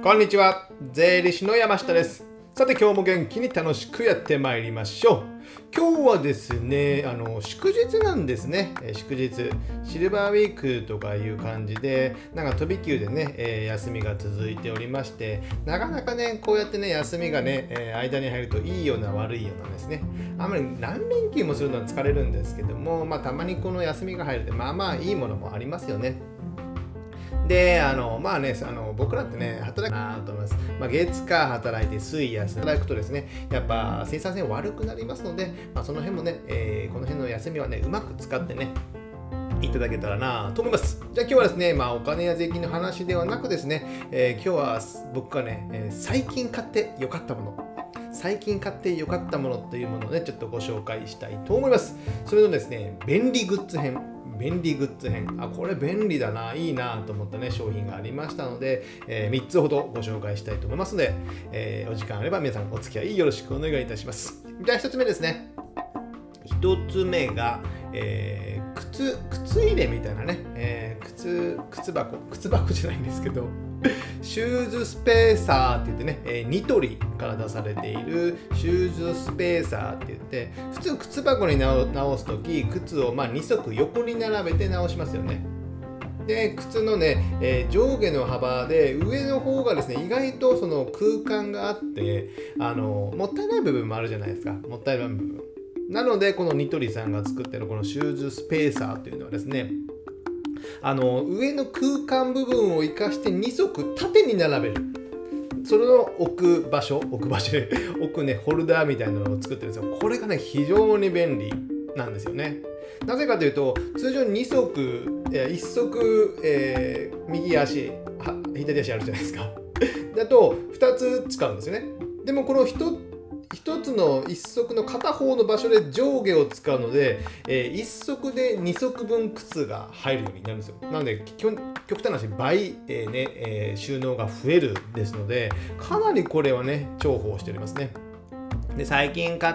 こんにちは、税理士の山下です。さて今日も元気に楽しくやってまいりましょう。今日はですね、祝日なんですね。祝日、シルバーウィークとかいう感じで、なんか飛び級でね、休みが続いておりまして、なかなかね、こうやってね、休みがね、間に入るといいような悪いようなですね、あんまり何連休もするのは疲れるんですけども、たまにこの休みが入ると、いいものもありますよね。で、僕らってね、働くなと思います。月火働いて水休働くとですね、やっぱ生産性悪くなりますので、その辺もね、この辺の休みはね、うまく使ってね、いただけたらなと思います。じゃあ今日はですね、お金や税金の話ではなくですね、今日は僕がね、最近買って良かったもの。最近買って良かったものというものをね、ちょっとご紹介したいと思います。それのですね、便利グッズ編。これ便利だな、いいなと思ったね、商品がありましたので、3つほどご紹介したいと思いますので、お時間あれば皆さんお付き合いよろしくお願いいたします。じゃあ1つ目ですね。1つ目が、靴入れみたいなね、靴箱じゃないんですけど、シューズスペーサーって言ってね、ニトリから出されているシューズスペーサーって言って、普通靴箱に直すとき、靴を2足横に並べて直しますよね。で、靴のね、上下の幅で上の方がですね、意外とその空間があって、もったいない部分もあるじゃないですか。もったいない部分。なので、このニトリさんが作ってるこのシューズスペーサーというのはですね、上の空間部分を生かして2足縦に並べる。それを置く場所で置くね、ホルダーみたいなのを作ってるんですよ。これがね、非常に便利なんですよね。なぜかというと、通常2足、1足、右足、左足あるじゃないですか。だと、2つ使うんですよね。でもこの一つの一足の片方の場所で上下を使うので、一足で二足分靴が入るようになるんですよ。なので極端な話倍、収納が増えるですので、かなりこれはね重宝しておりますね。で最近買って、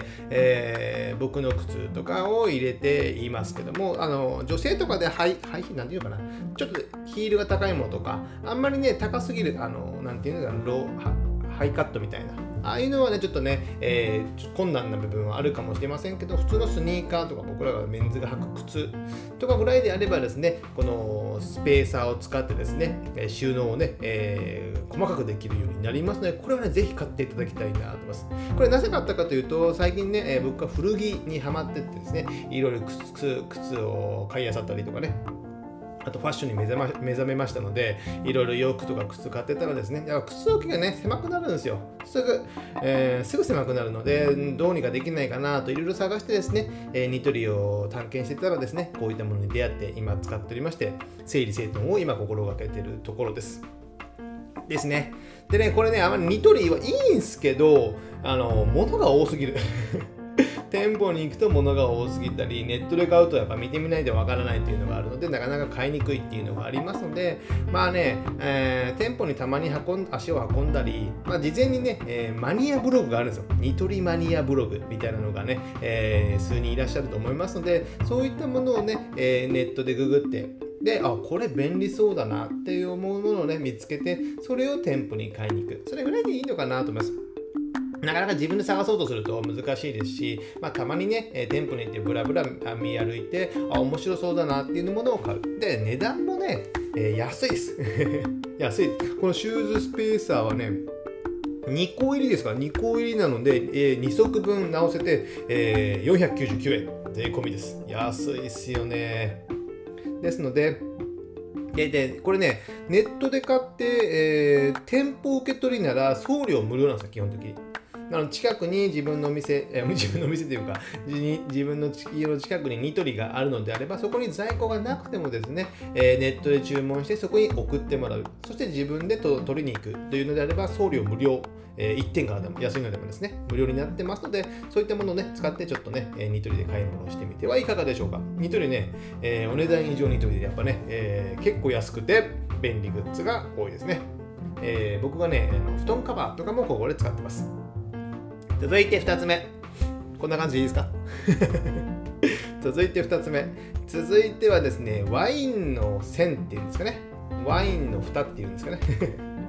僕の靴とかを入れていますけども、女性とかでなんていうのかな、ちょっとヒールが高いものとか、あんまりね高すぎるなんていうのかな、ハイカットみたいな、ああいうのはねちょっとね、困難な部分はあるかもしれませんけど、普通のスニーカーとか僕らがメンズが履く靴とかぐらいであればですね、このスペーサーを使ってですね、収納をね、細かくできるようになりますので、これはねぜひ買っていただきたいなと思います。これなぜ買ったかというと、最近ね、僕が古着にハマってってですね、いろいろ靴を買い漁ったりとかね、あとファッションに目覚めましたので、いろいろ洋服とか靴買ってたらですね、靴置きがね狭くなるんですよ。すぐ狭くなるので、どうにかできないかなといろいろ探してですね、ニトリを探検してたらですね、こういったものに出会って今使っておりまして、整理整頓を今心がけているところですね。でね、これね、あまりニトリはいいんすけど、物が多すぎる。店舗に行くと物が多すぎたり、ネットで買うとやっぱ見てみないとわからないっていうのがあるので、なかなか買いにくいっていうのがありますので、店舗にたまに足を運んだり、事前にね、マニアブログがあるんですよ。ニトリマニアブログみたいなのがね、数人いらっしゃると思いますので、そういったものをね、ネットでググって、で、これ便利そうだなっていう思うものをね、見つけて、それを店舗に買いに行く。それぐらいでいいのかなと思います。なかなか自分で探そうとすると難しいですし、たまにね、店舗に行ってブラブラ見歩いて、面白そうだなっていうものを買う。で、値段もね、安いです。安い。このシューズスペーサーはね、2個入りですから、2個入りなので、2足分直せて、499円。税込みです。安いですよね。ですので、これね、ネットで買って、店舗受け取りなら送料無料なんですよ、基本的に。近くに自分の店というか、自分の家の近くにニトリがあるのであれば、そこに在庫がなくてもですね、ネットで注文してそこに送ってもらう。そして自分で取りに行くというのであれば、送料無料。1点からでも安いのでもですね、無料になってますので、そういったものをね、使ってちょっとね、ニトリで買い物をしてみてはいかがでしょうか。ニトリね、お値段以上ニトリでやっぱね、結構安くて便利グッズが多いですね。僕がね、布団カバーとかもここで使ってます。続いて2つ目。こんな感じでいいですか続いて2つ目。続いてはですね、ワインの栓っていうんですかね。ワインの蓋っていうんですかね。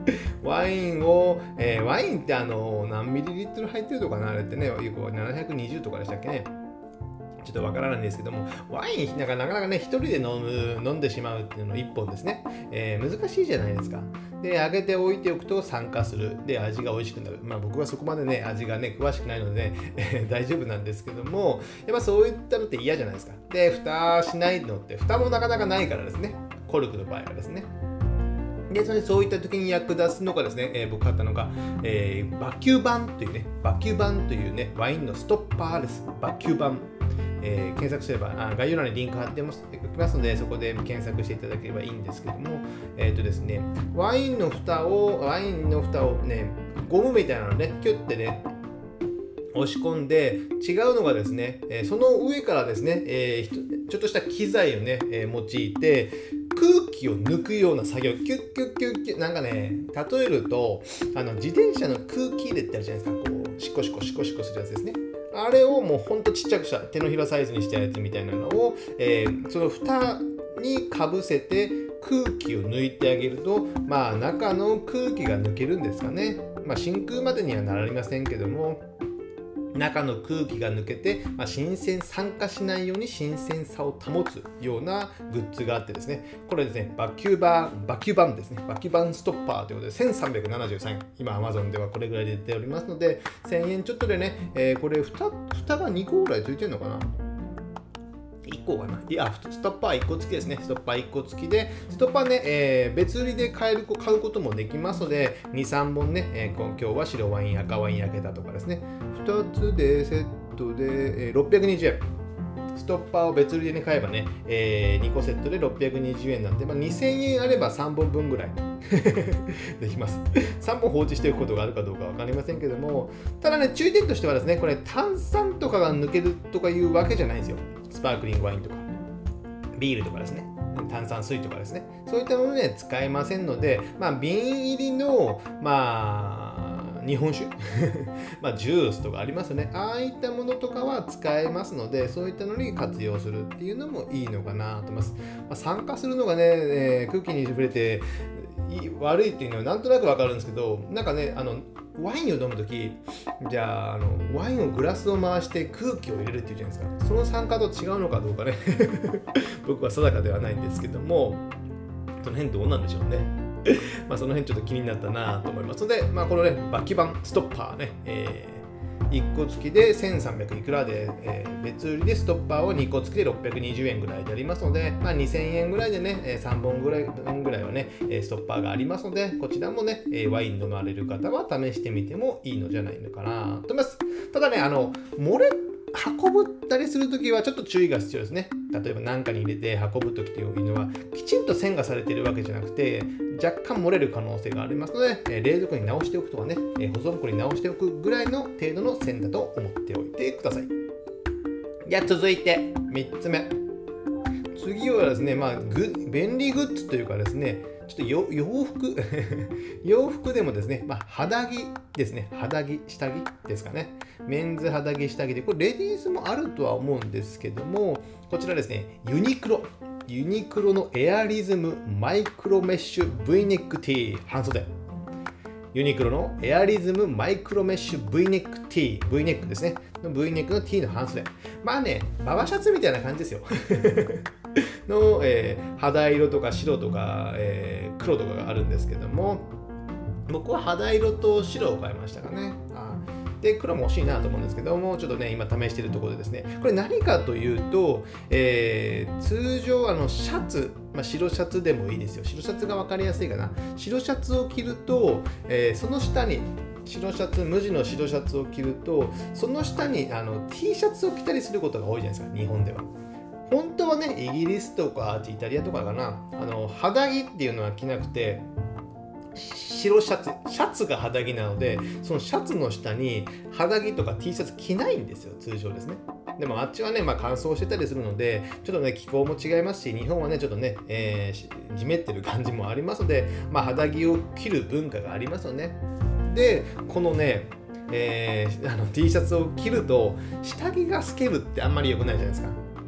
ワインを、ワインって何ミリリットル入ってるのかなあれってね、よく720とかでしたっけね。ちょっとわからないんですけども、ワインなかなかね、一人で飲んでしまうっていうの1本ですね、難しいじゃないですか。で、揚げておいておくと酸化する。で、味が美味しくなる。まあ僕はそこまでね、味がね、詳しくないので、大丈夫なんですけども、やっぱそういったのって嫌じゃないですか。で、蓋しないのって、蓋もなかなかないからですね。コルクの場合はですね。で、そういった時に役立つのがですね、僕買ったのが、バキューバンというね、ワインのストッパーです。バキューバン。検索すれば概要欄にリンク貼っておきますので、そこで検索していただければいいんですけども、ですね、ワインの蓋をね、ゴムみたいなのね、キュッてね、押し込んで、違うのがですね、その上からですね、ちょっとした機材をね、用いて、空気を抜くような作業、キュッキュッキュッキュッ、なんかね、例えると、自転車の空気入れってあるじゃないですか、こう、シコシコシコシコするやつですね。あれをもうほんとちっちゃくした手のひらサイズにしたやつみたいなのを、その蓋にかぶせて空気を抜いてあげると、まあ中の空気が抜けるんですかね。まあ真空までにはなりませんけども、中の空気が抜けて、酸化しないように新鮮さを保つようなグッズがあってですね、これですね、バキューバンですね、バキューバンストッパーということで1373円、今 Amazon ではこれぐらいで出ておりますので、1000円ちょっとでね、これ蓋が2個ぐらいついてるのかな。1個かな。ストッパー1個付きですね。ストッパー1個付きで、ストッパーね、別売りで買うこともできますので、2、3本ね、今日は白ワイン、赤ワイン焼けたとかですね、2つでセットで、620円。ストッパーを別売りで、買えばね、2個セットで620円なんで、2000円あれば3本分ぐらいできます。3本放置しておくことがあるかどうか分かりませんけども、ただね、注意点としてはですね、これ炭酸とかが抜けるとかいうわけじゃないんですよ。スパークリングワインとか、ビールとかですね、炭酸水とかですね、そういったもので使えませんので、瓶入りの、日本酒ジュースとかありますよね。ああいったものとかは使えますので、そういったのに活用するっていうのもいいのかなと思います。酸化するのがね、空気に触れて悪いっていうのはなんとなくわかるんですけど、なんかね、ワインを飲むとき、じゃあ、ワインをグラスを回して空気を入れるっていうじゃないですか。その酸化と違うのかどうかね僕は定かではないんですけども、その辺どうなんでしょうねその辺ちょっと気になったなと思いますので、このね、バキューバンストッパーね、1個付きで1300いくらで、別売りでストッパーを2個付きで620円ぐらいでありますので、2000円ぐらいでね、3本ぐらいはね、ストッパーがありますので、こちらもね、ワイン飲まれる方は試してみてもいいのじゃないのかなと思います。ただね、運ぶったりするときはちょっと注意が必要ですね。例えば何かに入れて運ぶときというのはきちんと線がされているわけじゃなくて、若干漏れる可能性がありますので、冷蔵庫に直しておくとかね、保存庫に直しておくぐらいの程度の線だと思っておいてください。じゃあ続いて3つ目。次はですね、便利グッズというかですね、ちょっと洋服洋服でもですね、肌着ですね、下着ですかね。メンズ肌着下着で、これレディースもあるとは思うんですけども、こちらですね、ユニクロのエアリズムマイクロメッシュ V ネック T 半袖。ユニクロのエアリズムマイクロメッシュ V ネック T、V ネックですね。V ネックの T の半袖。ババシャツみたいな感じですよ。の、肌色とか白とか、黒とかがあるんですけども、僕は肌色と白を買いましたかね。で、黒も欲しいなと思うんですけども、ちょっとね、今試しているところでですね、これ何かというと、通常シャツ、白シャツでもいいですよ。白シャツが分かりやすいかな。白シャツを着ると、その下に、無地の白シャツを着ると、その下にT シャツを着たりすることが多いじゃないですか、日本では。本当はね、イギリスとかイタリアとかかな、肌着っていうのは着なくて、白シャツが肌着なので、そのシャツの下に肌着とか T シャツ着ないんですよ、通常ですね。でもあっちはね、乾燥してたりするので、ちょっとね、気候も違いますし、日本はね、ちょっとね、じめってる感じもありますので、肌着を着る文化がありますよね。で、このね、T シャツを着ると下着が透けるってあんまり良くないじゃないですか。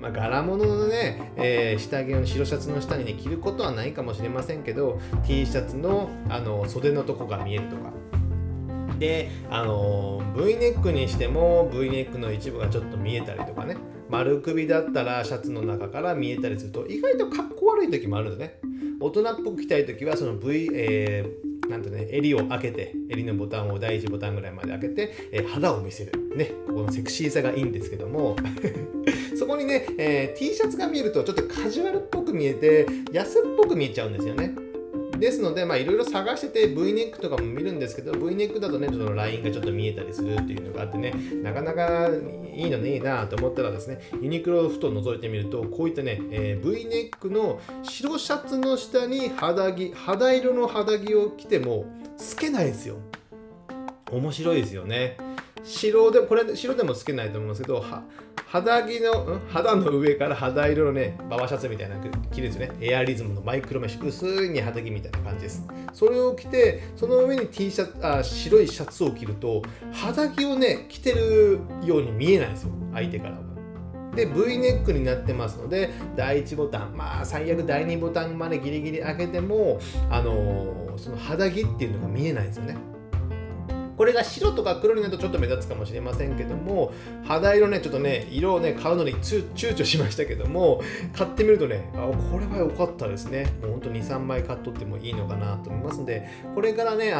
柄物のね、下着の白シャツの下にね着ることはないかもしれませんけど、 T シャツの袖のとこが見えるとかで、V ネックにしても V ネックの一部がちょっと見えたりとかね、丸首だったらシャツの中から見えたりすると意外とかっこ悪い時もあるんですね。大人っぽく着たい時はその なんてね、襟を開けて、襟のボタンを第1ボタンぐらいまで開けて、肌を見せるね、ここのセクシーさがいいんですけどもそこにね、T シャツが見えるとちょっとカジュアルっぽく見えて安っぽく見えちゃうんですよね。ですので、いろいろ探してて V ネックとかも見るんですけど、 V ネックだとね、そのラインがちょっと見えたりするっていうのがあってね、なかなかいいのねいいなと思ったらですね、ユニクロをふと覗いてみると、こういったね、V ネックの白シャツの下に肌色の肌着を着ても透けないですよ。面白いですよね。これ白でも透けないと思いますけど、肌の上から肌色のね、ババシャツみたいなの着るんですよね。エアリズムのマイクロメッシュ、薄いに肌着みたいな感じです。それを着て、その上に白いシャツを着ると、肌着をね、着てるように見えないんですよ、相手からは。で、V ネックになってますので、第1ボタン、最悪第2ボタンまでギリギリ開けても、その肌着っていうのが見えないんですよね。これが白とか黒になるとちょっと目立つかもしれませんけども、肌色ね、ちょっとね、色をね、買うのに躊躇しましたけども、買ってみるとね、これは良かったですね。もうほんと2、3枚買っとってもいいのかなと思いますので、これからね、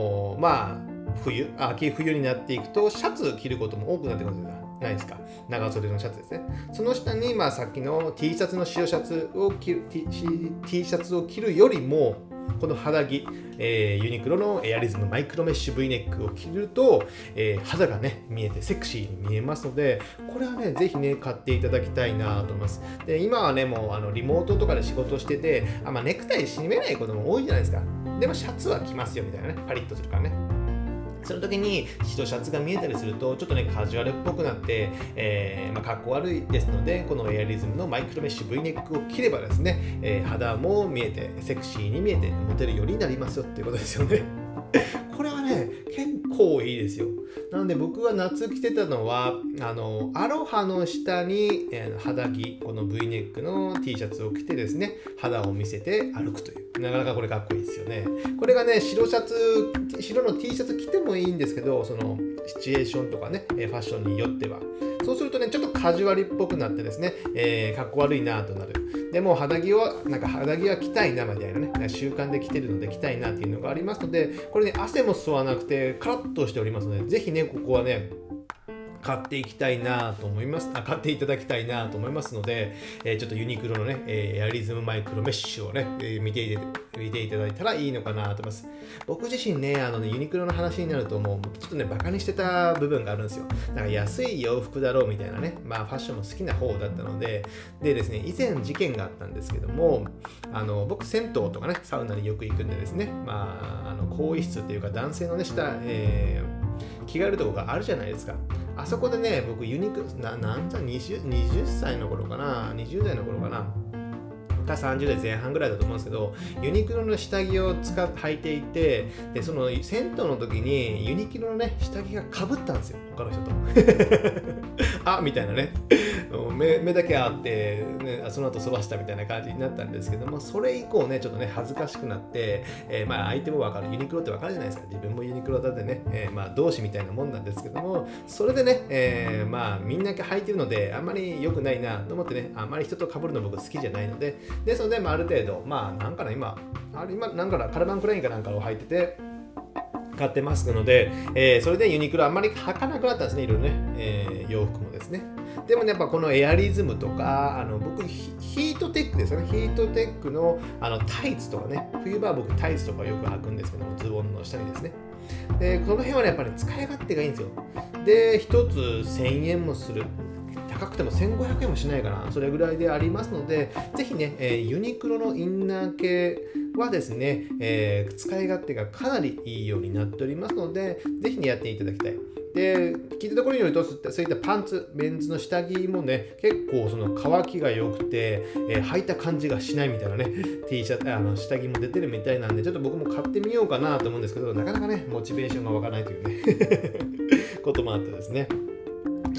秋冬になっていくと、シャツ着ることも多くなってくるんですよ。ないですか、長袖のシャツですね。その下に、さっきの T シャツの白シャツを着る T シャツを着るよりも、この肌着、ユニクロのエアリズムマイクロメッシュ V ネックを着ると、肌がね見えてセクシーに見えますので、これはねぜひね買っていただきたいなと思います。で、今はねもうリモートとかで仕事してて、ネクタイ締めないことも多いじゃないですか。でもシャツは着ますよみたいなね、パリッとするからね。その時に白シャツが見えたりするとちょっとねカジュアルっぽくなって、かっこ悪いですので、このエアリズムのマイクロメッシュ V ネックを着ればですね、肌も見えてセクシーに見えてモテるようになりますよっていうことですよねこれはね結構いいですよ。なので僕は夏着てたのはアロハの下に、肌着、この V ネックの T シャツを着てですね、肌を見せて歩くという、なかなかこれかっこいいですよね。これがね白の T シャツ着てもいいんですけど、そのシチュエーションとかねファッションによってはそうするとねちょっとカジュアルっぽくなってですね、かっこ悪いなとなる。でも肌着は着たいなみたいなね、習慣で着てるので着たいなっていうのがありますので、これね汗も吸わなくてカラッとしておりますので、ぜひねここはね買っていきたいなと思います。買っていただきたいなと思いますので、ちょっとユニクロのね、エアリズムマイクロメッシュをね、見ていただいたらいいのかなと思います。僕自身ね、ユニクロの話になるともうちょっとね、バカにしてた部分があるんですよ。なんか安い洋服だろうみたいなね、ファッションも好きな方だったので、でですね、以前事件があったんですけども、僕銭湯とかね、サウナによく行くんでですね、更衣室っていうか男性のね、着替えるとこがあるじゃないですか。あそこでね、僕ユニクロ、20歳の頃かな、20代の頃かな、か30代前半ぐらいだと思うんですけど、ユニクロの下着を履いていて、でその銭湯の時にユニクロのね下着がかぶったんですよ、他の人とあみたいなね、目だけあって、ね、その後そばしたみたいな感じになったんですけども、それ以降ねちょっとね恥ずかしくなって、相手も分かる、ユニクロって分かるじゃないですか。自分もユニクロだってね、同志みたいなもんなんですけども、それでね、みんな履いてるのであんまり良くないなと思ってね、あんまり人と被るの僕好きじゃないので、ですので、ある程度なんかな今なんかなカルバンクラインかなんかを履いてて買ってますので、それでユニクロあんまり履かなくなったんですね、いろいろね、洋服もですね。でもね、やっぱこのエアリズムとか、僕ヒートテックですよね、ヒートテックのタイツとかね、冬場は僕タイツとかよく履くんですけども、ズボンの下にですね。でこの辺はねやっぱり、使い勝手がいいんですよ。で1つ1000円もする、高くても1500円もしないかな、それぐらいでありますので、ぜひね、ユニクロのインナー系はですね、使い勝手がかなりいいようになっておりますので、ぜひねやっていただきたい。で聞いたところによると、そういったパンツ、メンズの下着もね結構その乾きが良くて、履いた感じがしないみたいなね T シャツ下着も出てるみたいなんで、ちょっと僕も買ってみようかなと思うんですけど、なかなかねモチベーションが湧かないというねこともあってですね、ち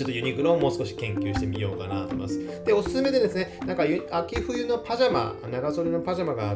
ちょっとユニクロをもう少し研究してみようかなと思います。で、おすすめでですね、なんか秋冬のパジャマ、長袖のパジャマがあって、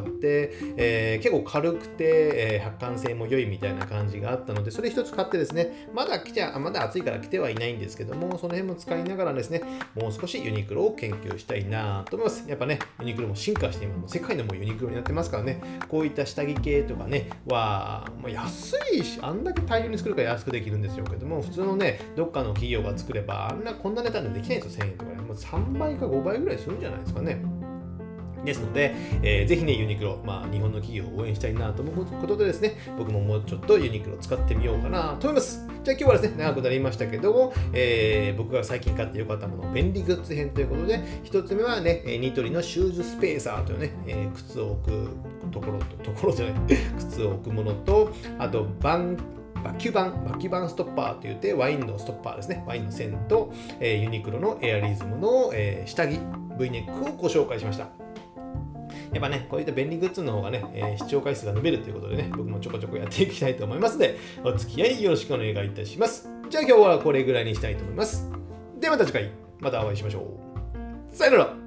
結構軽くて、発汗性も良いみたいな感じがあったので、それ一つ買ってですね、まだ暑いから着てはいないんですけども、その辺も使いながらですね、もう少しユニクロを研究したいなと思います。やっぱね、ユニクロも進化して今も世界のもうユニクロになってますからね、こういった下着系とかね、は、安いし、あんだけ大量に作るから安くできるんですよけども、普通のね、どっかの企業が作れば、こんな値段でできないんですよ、1000円とかね。もう3倍か5倍ぐらいするんじゃないですかね。ですので、ぜひね、ユニクロ、日本の企業を応援したいなと思うことでですね、僕ももうちょっとユニクロを使ってみようかなと思います。じゃあ今日はですね、長くなりましたけども、僕が最近買ってよかったもの、便利グッズ編ということで、一つ目はね、ニトリのシューズスペーサーというね、靴を置くところじゃない、靴を置くものと、あと、バキュバンストッパーといってワインのストッパーですね。ワインの線と、ユニクロのエアリズムの、下着 V ネックをご紹介しました。やっぱね、こういった便利グッズの方がね、視聴回数が伸びるということでね、僕もちょこちょこやっていきたいと思いますので、お付き合いよろしくお願いいたします。じゃあ今日はこれぐらいにしたいと思います。ではまた次回、またお会いしましょう。さよなら。